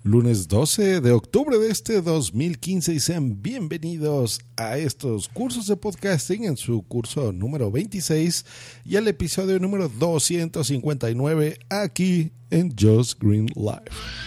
Lunes 12 de octubre de este 2015 y sean bienvenidos a estos cursos de podcasting en su curso número 26 y al episodio número 259 aquí en Just Green Live.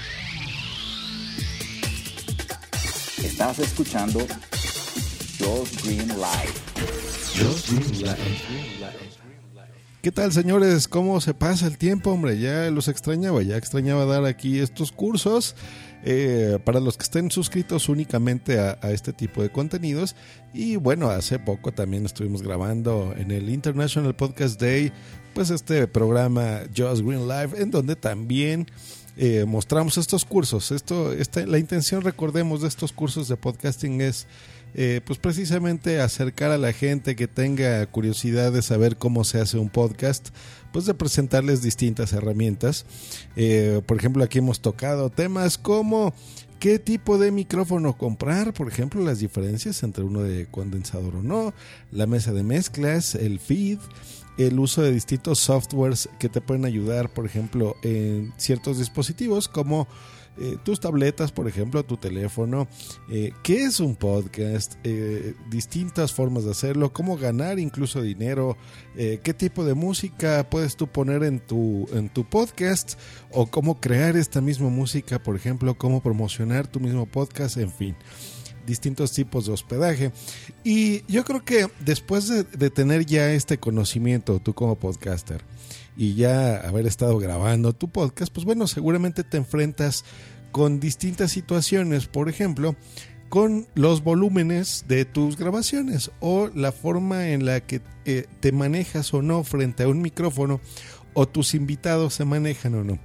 Estás escuchando Just Green Live. Just Green Live. ¿Qué tal, señores? ¿Cómo se pasa el tiempo, hombre? Ya los extrañaba, dar aquí estos cursos para los que estén suscritos únicamente a este tipo de contenidos. Y bueno, hace poco también estuvimos grabando en el International Podcast Day, pues este programa Just Green Live, en donde también mostramos estos cursos. La intención, recordemos, de estos cursos de podcasting es pues precisamente acercar a la gente que tenga curiosidad de saber cómo se hace un podcast, pues de presentarles distintas herramientas. Por ejemplo, aquí hemos tocado temas como qué tipo de micrófono comprar, por ejemplo, las diferencias entre uno de condensador o no, la mesa de mezclas, el feed, el uso de distintos softwares que te pueden ayudar, por ejemplo, en ciertos dispositivos como tus tabletas, por ejemplo, tu teléfono, qué es un podcast, distintas formas de hacerlo, cómo ganar incluso dinero, qué tipo de música puedes tú poner en tu podcast o cómo crear esta misma música, por ejemplo, cómo promocionar tu mismo podcast, en fin, distintos tipos de hospedaje. Y yo creo que después de tener ya este conocimiento tú como podcaster y ya haber estado grabando tu podcast, pues bueno, seguramente te enfrentas con distintas situaciones, por ejemplo, con los volúmenes de tus grabaciones o la forma en la que te manejas o no frente a un micrófono, o tus invitados se manejan o no.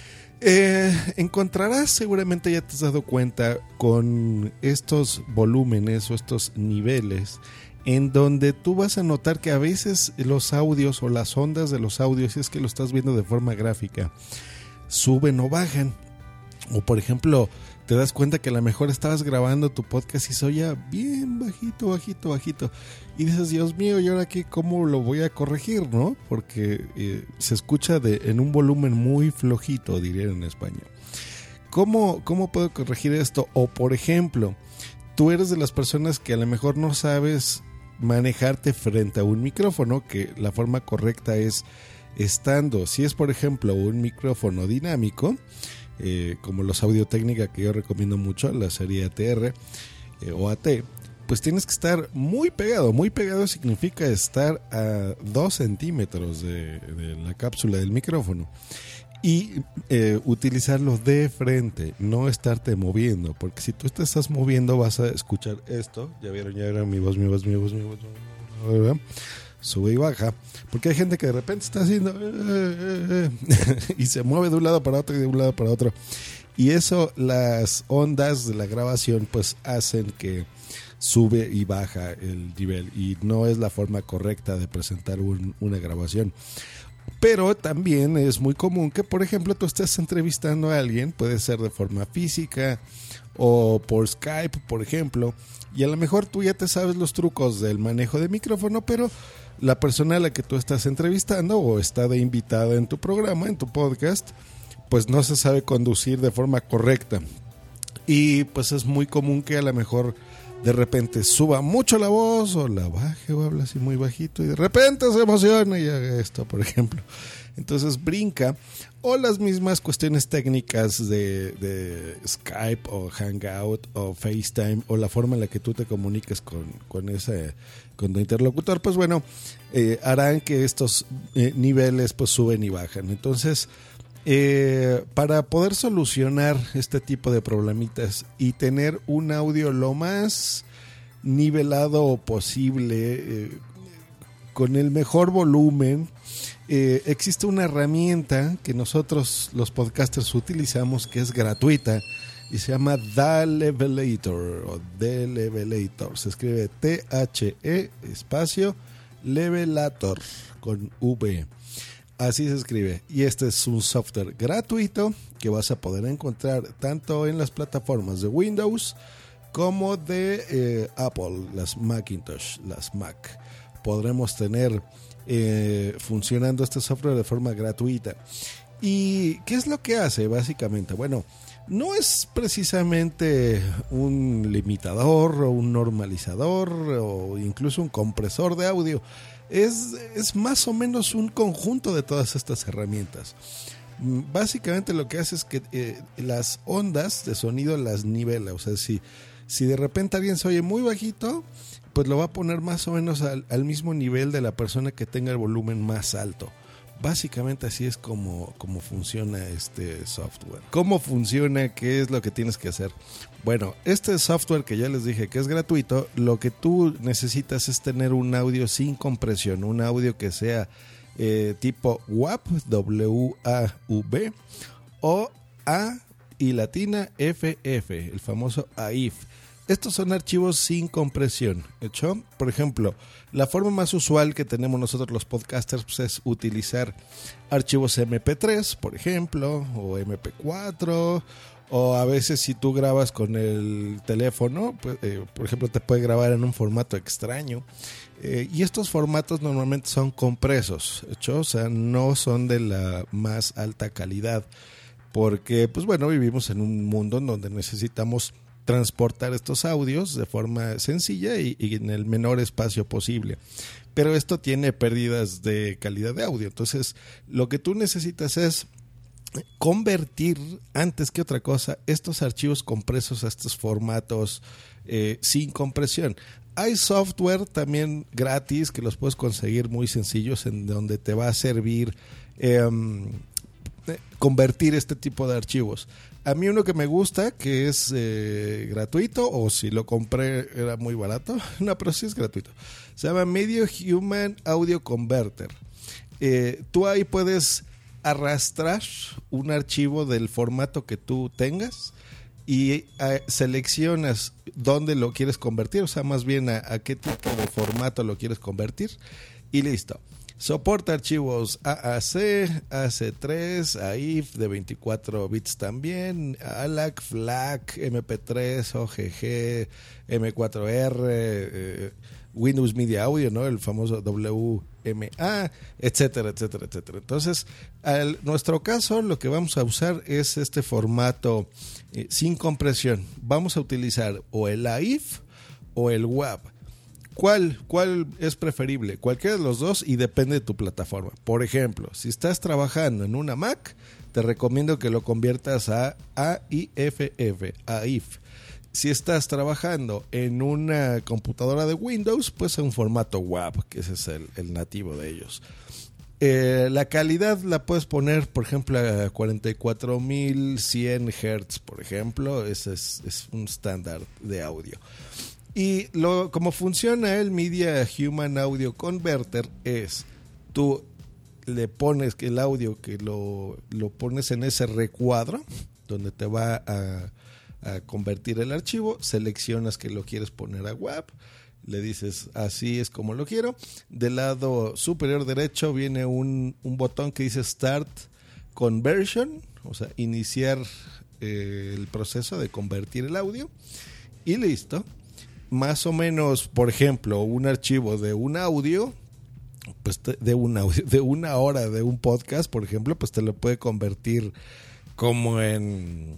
Encontrarás, seguramente ya te has dado cuenta, con estos volúmenes o estos niveles en donde tú vas a notar que a veces los audios o las ondas de los audios, si es que lo estás viendo de forma gráfica, suben o bajan. O por ejemplo, te das cuenta que a lo mejor estabas grabando tu podcast y se oía bien bajito. Y dices, Dios mío, ¿y ahora qué? ¿Cómo lo voy a corregir, no? Porque se escucha en un volumen muy flojito, dirían en español. ¿Cómo puedo corregir esto? O por ejemplo, tú eres de las personas que a lo mejor no sabes manejarte frente a un micrófono, que la forma correcta es estando, si es por ejemplo un micrófono dinámico, como los Audio-Técnica, que yo recomiendo mucho, la serie ATR o AT, pues tienes que estar muy pegado. Muy pegado significa estar a 2 centímetros de la cápsula del micrófono y utilizarlo de frente, no estarte moviendo, porque si tú te estás moviendo vas a escuchar esto. Ya vieron mi voz, ¿verdad? Sube y baja, porque hay gente que de repente está haciendo y se mueve de un lado para otro y de un lado para otro, y eso, las ondas de la grabación pues hacen que sube y baja el nivel, y no es la forma correcta de presentar una grabación. Pero también es muy común que, por ejemplo, tú estés entrevistando a alguien, puede ser de forma física o por Skype, por ejemplo, y a lo mejor tú ya te sabes los trucos del manejo de micrófono, pero la persona a la que tú estás entrevistando o está de invitada en tu programa, en tu podcast, pues no se sabe conducir de forma correcta. Y pues es muy común que a lo mejor de repente suba mucho la voz o la baje o habla así muy bajito y de repente se emociona y haga esto, por ejemplo. Entonces brinca, o las mismas cuestiones técnicas de Skype o Hangout o FaceTime, o la forma en la que tú te comuniques con tu interlocutor, pues bueno, harán que estos niveles pues suben y bajan. Entonces, para poder solucionar este tipo de problemitas y tener un audio lo más nivelado posible, con el mejor volumen, existe una herramienta que nosotros los podcasters utilizamos, que es gratuita y se llama The Levelator o The Levelator. Se escribe THE espacio Levelator con V. Así se escribe. Y este es un software gratuito que vas a poder encontrar tanto en las plataformas de Windows como de Apple, las Macintosh, las Mac. Podremos tener funcionando este software de forma gratuita. ¿Y qué es lo que hace básicamente? Bueno, no es precisamente un limitador o un normalizador o incluso un compresor de audio. Es más o menos un conjunto de todas estas herramientas. Básicamente lo que hace es que las ondas de sonido las nivela. O sea, si de repente alguien se oye muy bajito, pues lo va a poner más o menos al mismo nivel de la persona que tenga el volumen más alto. Básicamente así es como funciona este software. ¿Cómo funciona? ¿Qué es lo que tienes que hacer? Bueno, este software que ya les dije que es gratuito, lo que tú necesitas es tener un audio sin compresión, un audio que sea tipo WAV, W-A-V, o A y latina FF, el famoso AIF. Estos son archivos sin compresión, ¿hecho? Por ejemplo, la forma más usual que tenemos nosotros los podcasters pues, es utilizar archivos MP3, por ejemplo, o MP4, o a veces si tú grabas con el teléfono, pues, por ejemplo, te puede grabar en un formato extraño. Y estos formatos normalmente son compresos, ¿hecho? O sea, no son de la más alta calidad, porque, pues bueno, vivimos en un mundo en donde necesitamos transportar estos audios de forma sencilla y en el menor espacio posible. Pero esto tiene pérdidas de calidad de audio. Entonces, lo que tú necesitas es convertir, antes que otra cosa, estos archivos compresos a estos formatos sin compresión. Hay software también gratis que los puedes conseguir muy sencillos, en donde te va a servir convertir este tipo de archivos. A mí uno que me gusta, que es gratuito, o si lo compré era muy barato, no, pero sí es gratuito. Se llama Media Human Audio Converter. Tú ahí puedes arrastrar un archivo del formato que tú tengas y seleccionas dónde lo quieres convertir, o sea, más bien a qué tipo de formato lo quieres convertir y listo. Soporta archivos AAC, AC3, AIF de 24 bits también, ALAC, FLAC, MP3, OGG, M4R, Windows Media Audio, ¿no? El famoso WMA, etcétera, etcétera, etcétera. Entonces, nuestro caso, lo que vamos a usar es este formato sin compresión. Vamos a utilizar o el AIF o el WAV. ¿Cuál es preferible? Cualquiera de los dos y depende de tu plataforma. Por ejemplo, si estás trabajando en una Mac, te recomiendo que lo conviertas a AIFF. Si estás trabajando en una computadora de Windows, pues en formato WAV, que ese es el nativo de ellos. La calidad la puedes poner, por ejemplo, a 44.100 Hz, por ejemplo. Ese es un estándar de audio. Y como funciona el Media Human Audio Converter es, tú le pones el audio que lo pones en ese recuadro donde te va a convertir el archivo, seleccionas que lo quieres poner a WAV, le dices así es como lo quiero. Del lado superior derecho viene un botón que dice Start Conversion, o sea, iniciar el proceso de convertir el audio y listo. Más o menos, por ejemplo, un archivo de un audio, pues de una hora de un podcast, por ejemplo, pues te lo puede convertir como en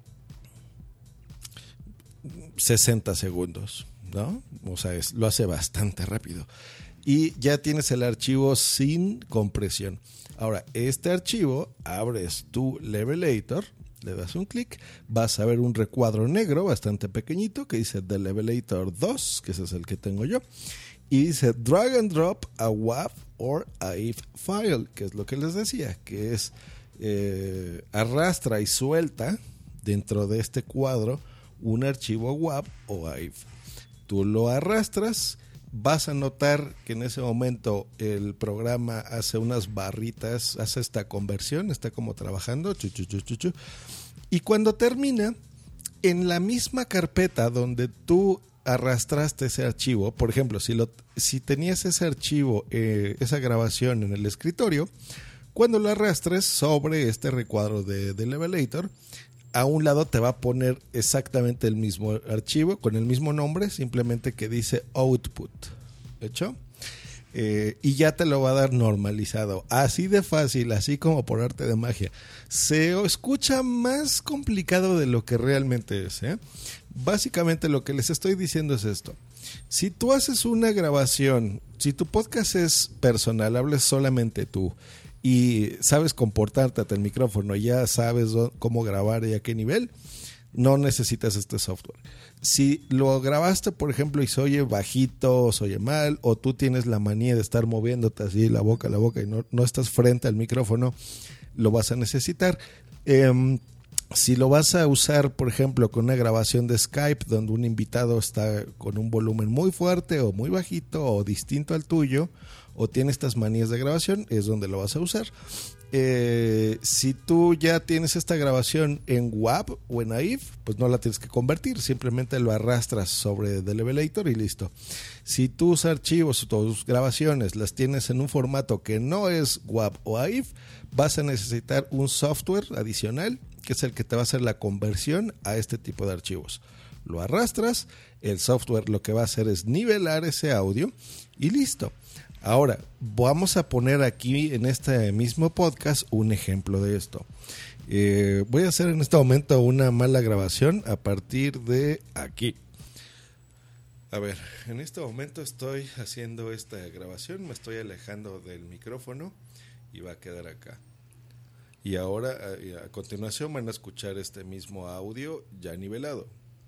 60 segundos, ¿no? O sea, lo hace bastante rápido. Y ya tienes el archivo sin compresión. Ahora, este archivo, abres tu Levelator, le das un clic, vas a ver un recuadro negro bastante pequeñito que dice The Levelator 2, que ese es el que tengo yo, y dice Drag and Drop a WAV or AIF file, que es lo que les decía, que es arrastra y suelta dentro de este cuadro un archivo WAV o AIF. Tú lo arrastras, vas a notar que en ese momento el programa hace unas barritas, hace esta conversión, está como trabajando, y cuando termina, en la misma carpeta donde tú arrastraste ese archivo, por ejemplo, si tenías ese archivo, esa grabación en el escritorio, cuando lo arrastres sobre este recuadro de Levelator, a un lado te va a poner exactamente el mismo archivo con el mismo nombre, simplemente que dice output. ¿Hecho? y ya te lo va a dar normalizado. Así de fácil, así como por arte de magia. Se escucha más complicado de lo que realmente es, ¿eh? Básicamente lo que les estoy diciendo es esto. Si tú haces una grabación, si tu podcast es personal, hables solamente tú y sabes comportarte ante el micrófono, ya sabes cómo grabar y a qué nivel, no necesitas este software. Si lo grabaste, por ejemplo, y se oye bajito, o se oye mal, o tú tienes la manía de estar moviéndote así la boca y no estás frente al micrófono, lo vas a necesitar. Si lo vas a usar, por ejemplo, con una grabación de Skype donde un invitado está con un volumen muy fuerte o muy bajito o distinto al tuyo, o tiene estas manías de grabación, es donde lo vas a usar. Si tú ya tienes esta grabación en WAV o en AIF, pues no la tienes que convertir, simplemente lo arrastras sobre The Levelator y listo. Si tus archivos o tus grabaciones las tienes en un formato que no es WAV o AIF, vas a necesitar un software adicional que es el que te va a hacer la conversión a este tipo de archivos. Lo arrastras, el software lo que va a hacer es nivelar ese audio y listo. Ahora, vamos a poner aquí en este mismo podcast un ejemplo de esto. Voy a hacer en este momento una mala grabación a partir de aquí. A ver, en este momento estoy haciendo esta grabación, me estoy alejando del micrófono y va a quedar acá. Y ahora, a continuación, van a escuchar este mismo audio ya nivelado.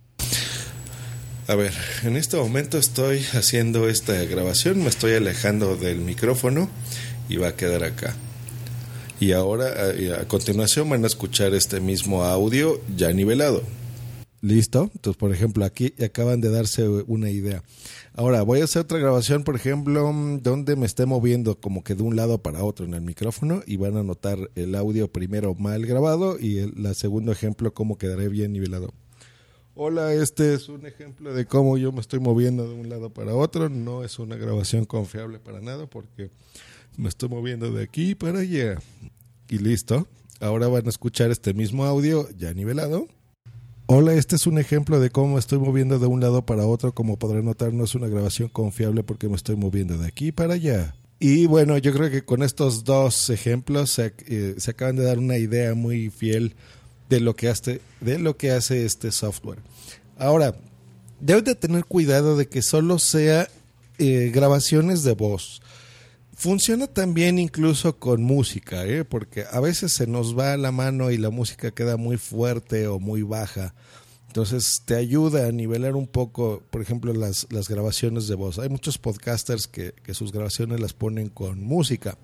A ver, en este momento estoy haciendo esta grabación, me estoy alejando del micrófono y va a quedar acá. Y ahora, a continuación, van a escuchar este mismo audio ya nivelado. ¿Listo? Entonces, por ejemplo, aquí acaban de darse una idea. Ahora, voy a hacer otra grabación, por ejemplo, donde me esté moviendo como que de un lado para otro en el micrófono y van a notar el audio primero mal grabado y el segundo ejemplo cómo quedaré bien nivelado. Hola, este es un ejemplo de cómo yo me estoy moviendo de un lado para otro. No es una grabación confiable para nada porque me estoy moviendo de aquí para allá. Y listo. Ahora van a escuchar este mismo audio ya nivelado. Hola, este es un ejemplo de cómo me estoy moviendo de un lado para otro. Como podrán notar, no es una grabación confiable porque me estoy moviendo de aquí para allá. Y bueno, yo creo que con estos dos ejemplos se acaban de dar una idea muy fiel de lo que hace este software. Ahora, deben de tener cuidado de que solo sea grabaciones de voz. Funciona también incluso con música, porque a veces se nos va la mano y la música queda muy fuerte o muy baja. Entonces te ayuda a nivelar un poco, por ejemplo, las grabaciones de voz. Hay muchos podcasters que sus grabaciones las ponen con música,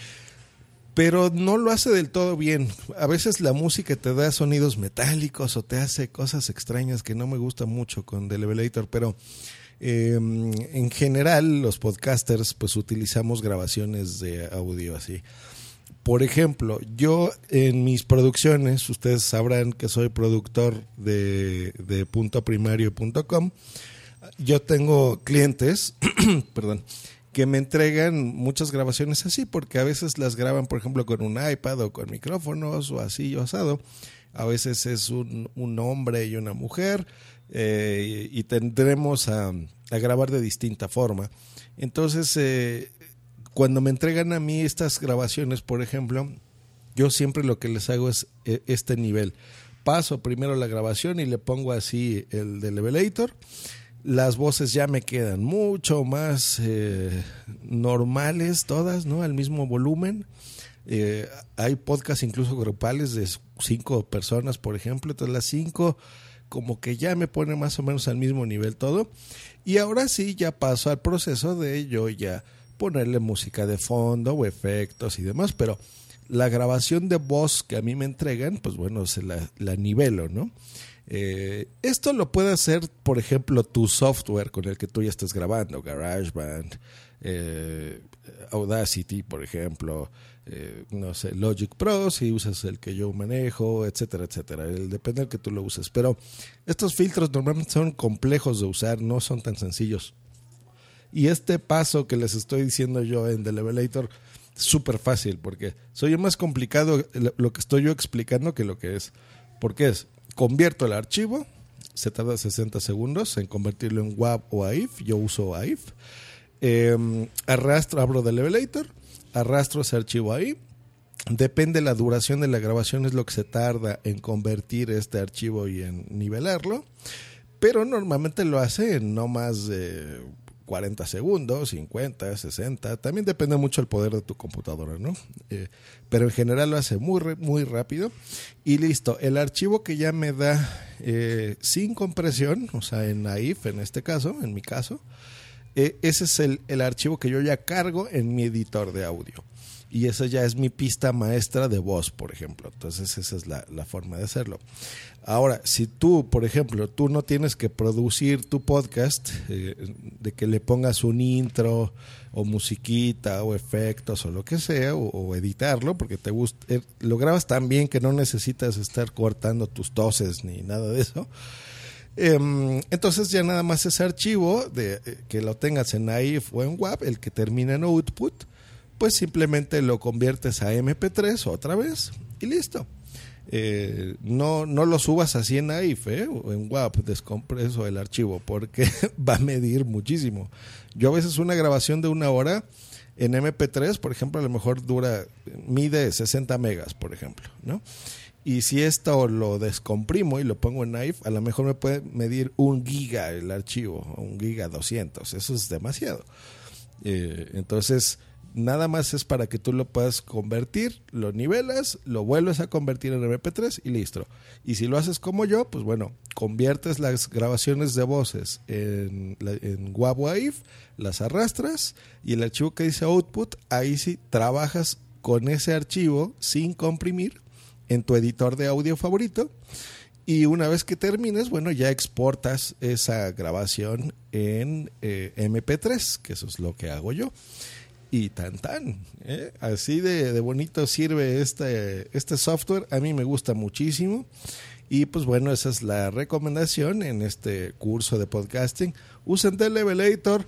pero no lo hace del todo bien. A veces la música te da sonidos metálicos o te hace cosas extrañas que no me gustan mucho con The Levelator, pero en general los podcasters pues utilizamos grabaciones de audio así. Por ejemplo, yo en mis producciones, ustedes sabrán que soy productor de puntoprimario.com. Yo tengo clientes, perdón, que me entregan muchas grabaciones así, porque a veces las graban, por ejemplo, con un iPad o con micrófonos o así o asado. A veces es un hombre y una mujer, y tendremos a grabar de distinta forma. Entonces, cuando me entregan a mí estas grabaciones, por ejemplo, yo siempre lo que les hago es este nivel. Paso primero la grabación y le pongo así el de Levelator. Las voces ya me quedan mucho más normales todas, ¿no? Al mismo volumen. Hay podcasts incluso grupales de 5 personas, por ejemplo. Entonces las 5 como que ya me pone más o menos al mismo nivel todo. Y ahora sí ya paso al proceso de yo ya ponerle música de fondo o efectos y demás. Pero la grabación de voz que a mí me entregan, pues bueno, se la nivelo, ¿no? Esto lo puede hacer, por ejemplo, tu software con el que tú ya estés grabando, GarageBand, Audacity, por ejemplo, no sé, Logic Pro, si usas el que yo manejo, etcétera, etcétera. Depende del que tú lo uses. Pero estos filtros normalmente son complejos de usar, no son tan sencillos. Y este paso que les estoy diciendo yo en The Levelator es súper fácil, porque soy más complicado lo que estoy yo explicando que lo que es. Porque convierto el archivo, se tarda 60 segundos en convertirlo en WAV o AIF, yo uso AIF. abro del Levelator, arrastro ese archivo ahí. Depende la duración de la grabación, es lo que se tarda en convertir este archivo y en nivelarlo, pero normalmente lo hace en no más de 40 segundos, 50, 60, también depende mucho del poder de tu computadora, ¿no? Pero en general lo hace muy rápido y listo. El archivo que ya me da sin compresión, o sea en AIF en este caso, en mi caso, ese es el archivo que yo ya cargo en mi editor de audio. Y esa ya es mi pista maestra de voz, por ejemplo. Entonces esa es la forma de hacerlo. Ahora, si tú, por ejemplo, tú no tienes que producir tu podcast, de que le pongas un intro o musiquita o efectos o lo que sea, o editarlo, porque te gusta, lo grabas tan bien que no necesitas estar cortando tus toses ni nada de eso. Entonces ya nada más ese archivo, que lo tengas en AIF o en WAV, el que termina en output, pues simplemente lo conviertes a MP3 otra vez y listo. No lo subas así en AIF o en WAV, descompreso el archivo, porque va a medir muchísimo. Yo a veces una grabación de 1 hora en MP3, por ejemplo, a lo mejor mide 60 megas, por ejemplo, ¿no? Y si esto lo descomprimo y lo pongo en AIF, a lo mejor me puede medir 1 giga el archivo, 1 giga 200, eso es demasiado. Entonces nada más es para que tú lo puedas convertir, lo nivelas, lo vuelves a convertir en MP3 y listo. Y si lo haces como yo, pues bueno, conviertes las grabaciones de voces en WAV o AIF, las arrastras y el archivo que dice output, ahí sí trabajas con ese archivo sin comprimir en tu editor de audio favorito. Y una vez que termines, bueno, ya exportas esa grabación en MP3, que eso es lo que hago yo. Y así de bonito sirve este software. A mí me gusta muchísimo. Y pues bueno, esa es la recomendación en este curso de podcasting. Usen el Levelator,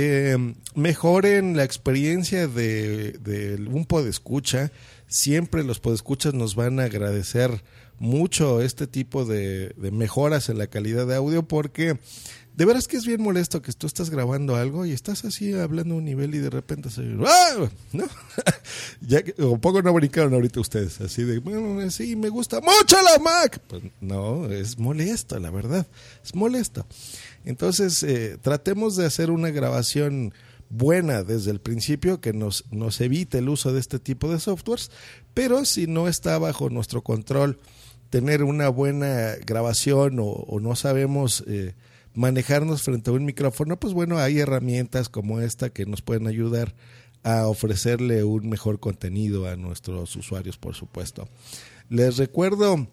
mejoren la experiencia de un podescucha. Siempre los podescuchas nos van a agradecer mucho este tipo de mejoras en la calidad de audio, porque de veras que es bien molesto que tú estás grabando algo y estás así hablando a un nivel y de repente se... ¡Ah! ¿No? Ya que, un poco no brincaron ahorita ustedes, así de, bueno, sí, me gusta mucho la Mac. Pues no, es molesto, la verdad, es molesto. Entonces, tratemos de hacer una grabación buena desde el principio, que nos evite el uso de este tipo de softwares, pero si no está bajo nuestro control tener una buena grabación o no sabemos manejarnos frente a un micrófono, pues bueno, hay herramientas como esta que nos pueden ayudar a ofrecerle un mejor contenido a nuestros usuarios, por supuesto. Les recuerdo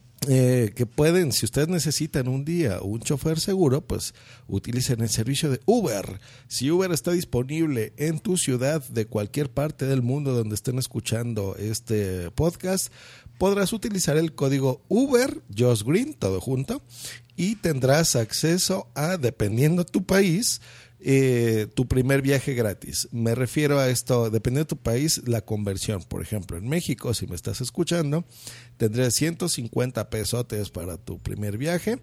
que pueden, si ustedes necesitan un día un chofer seguro, pues utilicen el servicio de Uber. Si Uber está disponible en tu ciudad, de cualquier parte del mundo donde estén escuchando este podcast, podrás utilizar el código Uber, Josh Green, todo junto, y tendrás acceso a, dependiendo tu país, tu primer viaje gratis. Me refiero a esto, dependiendo de tu país, la conversión. Por ejemplo, en México, si me estás escuchando, tendrás 150 pesotes para tu primer viaje.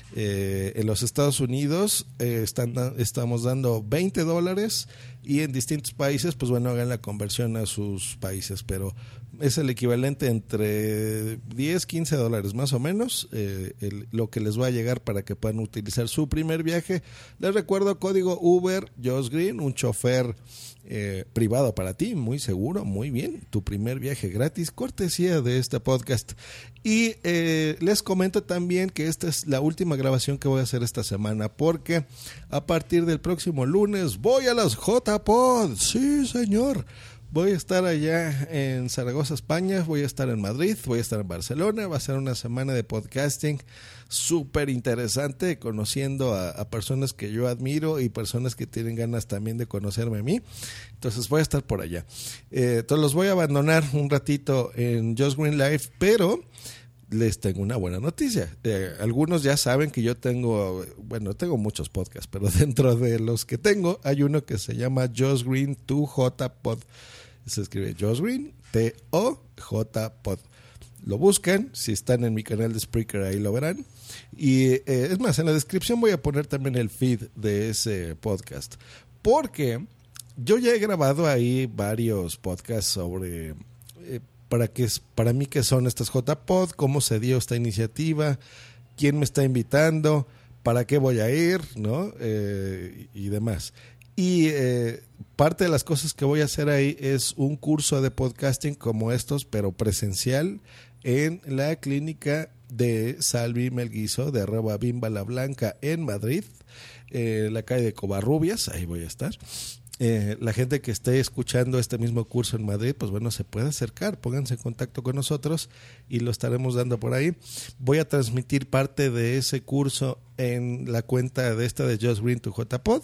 En los Estados Unidos estamos dando $20, y en distintos países, pues bueno, hagan la conversión a sus países, pero es el equivalente entre $10-15 más o menos, lo que les va a llegar para que puedan utilizar su primer viaje. Les recuerdo, código Uber, Josh Green, un chofer privado para ti, muy seguro, muy bien, tu primer viaje gratis, cortesía de este podcast. Y les comento también que esta es la última grabación que voy a hacer esta semana, porque a partir del próximo lunes voy a las JPod. Sí, señor. Voy a estar allá en Zaragoza, España, voy a estar en Madrid, voy a estar en Barcelona. Va a ser una semana de podcasting súper interesante, conociendo a personas que yo admiro y personas que tienen ganas también de conocerme a mí. Entonces voy a estar por allá. Entonces los voy a abandonar un ratito en Josh Green Live, pero les tengo una buena noticia. Algunos ya saben que yo tengo muchos podcasts, pero dentro de los que tengo hay uno que se llama Josh Green 2J Pod. Se escribe Josh Green, T-O-J Pod. Lo buscan, si están en mi canal de Spreaker ahí lo verán. Y es más, en la descripción voy a poner también el feed de ese podcast. porque yo ya he grabado ahí varios podcasts sobre para mí qué son estas JPod, cómo se dio esta iniciativa, quién me está invitando, para qué voy a ir, ¿no? Y demás. Y parte de las cosas que voy a hacer ahí es un curso de podcasting como estos, pero presencial, en la clínica de Salvi Melguizo, de @BimbaLaBlanca en Madrid, la calle de Covarrubias, ahí voy a estar. La gente que esté escuchando este mismo curso en Madrid, pues bueno, se puede acercar, pónganse en contacto con nosotros y lo estaremos dando por ahí. Voy a transmitir parte de ese curso en la cuenta de Just Green to JPod.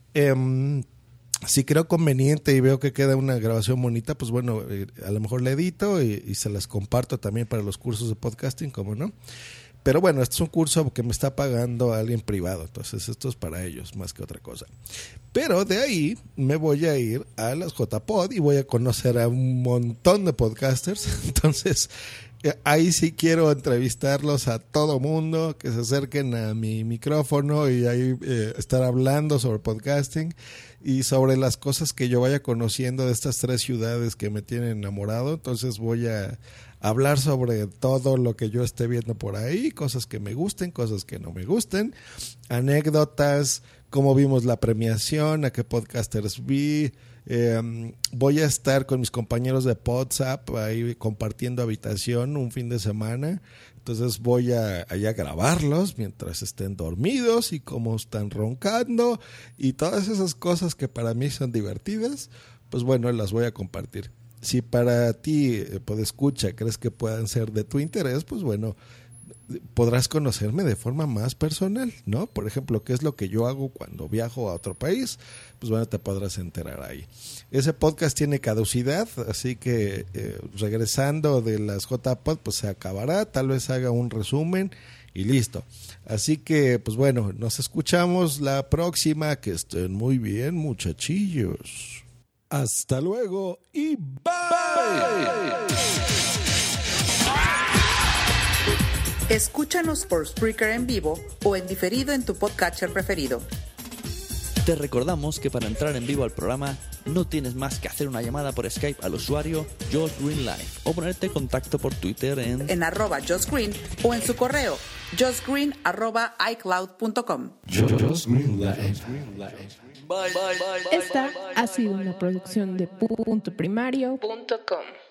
Si creo conveniente y veo que queda una grabación bonita, pues bueno, a lo mejor la edito y se las comparto también para los cursos de podcasting, como no. Pero bueno, este es un curso que me está pagando alguien privado, entonces esto es para ellos más que otra cosa. Pero de ahí me voy a ir a las JPod y voy a conocer a un montón de podcasters. Entonces ahí sí quiero entrevistarlos a todo mundo, que se acerquen a mi micrófono y ahí estar hablando sobre podcasting y sobre las cosas que yo vaya conociendo de estas 3 ciudades que me tienen enamorado. Entonces voy a hablar sobre todo lo que yo esté viendo por ahí, cosas que me gusten, cosas que no me gusten, anécdotas, cómo vimos la premiación, a qué podcasters vi. Voy a estar con mis compañeros de WhatsApp ahí compartiendo habitación un fin de semana. Entonces voy a grabarlos mientras estén dormidos y cómo están roncando y todas esas cosas que para mí son divertidas, pues bueno, las voy a compartir. Si para ti, podescucha, crees que puedan ser de tu interés, pues bueno, podrás conocerme de forma más personal, ¿no? Por ejemplo, ¿qué es lo que yo hago cuando viajo a otro país? Pues bueno, te podrás enterar ahí. Ese podcast tiene caducidad, así que regresando de las JPod, pues se acabará, tal vez haga un resumen y listo. Así que, pues bueno, nos escuchamos la próxima, que estén muy bien, muchachillos. Hasta luego y bye. Escúchanos por Spreaker en vivo o en diferido en tu podcatcher preferido. Te recordamos que para entrar en vivo al programa no tienes más que hacer una llamada por Skype al usuario Just Green Live o ponerte en contacto por Twitter en @JustGreen o en su correo justgreen@icloud.com. Just Green Live. Esta ha sido una producción de puntoprimario.com.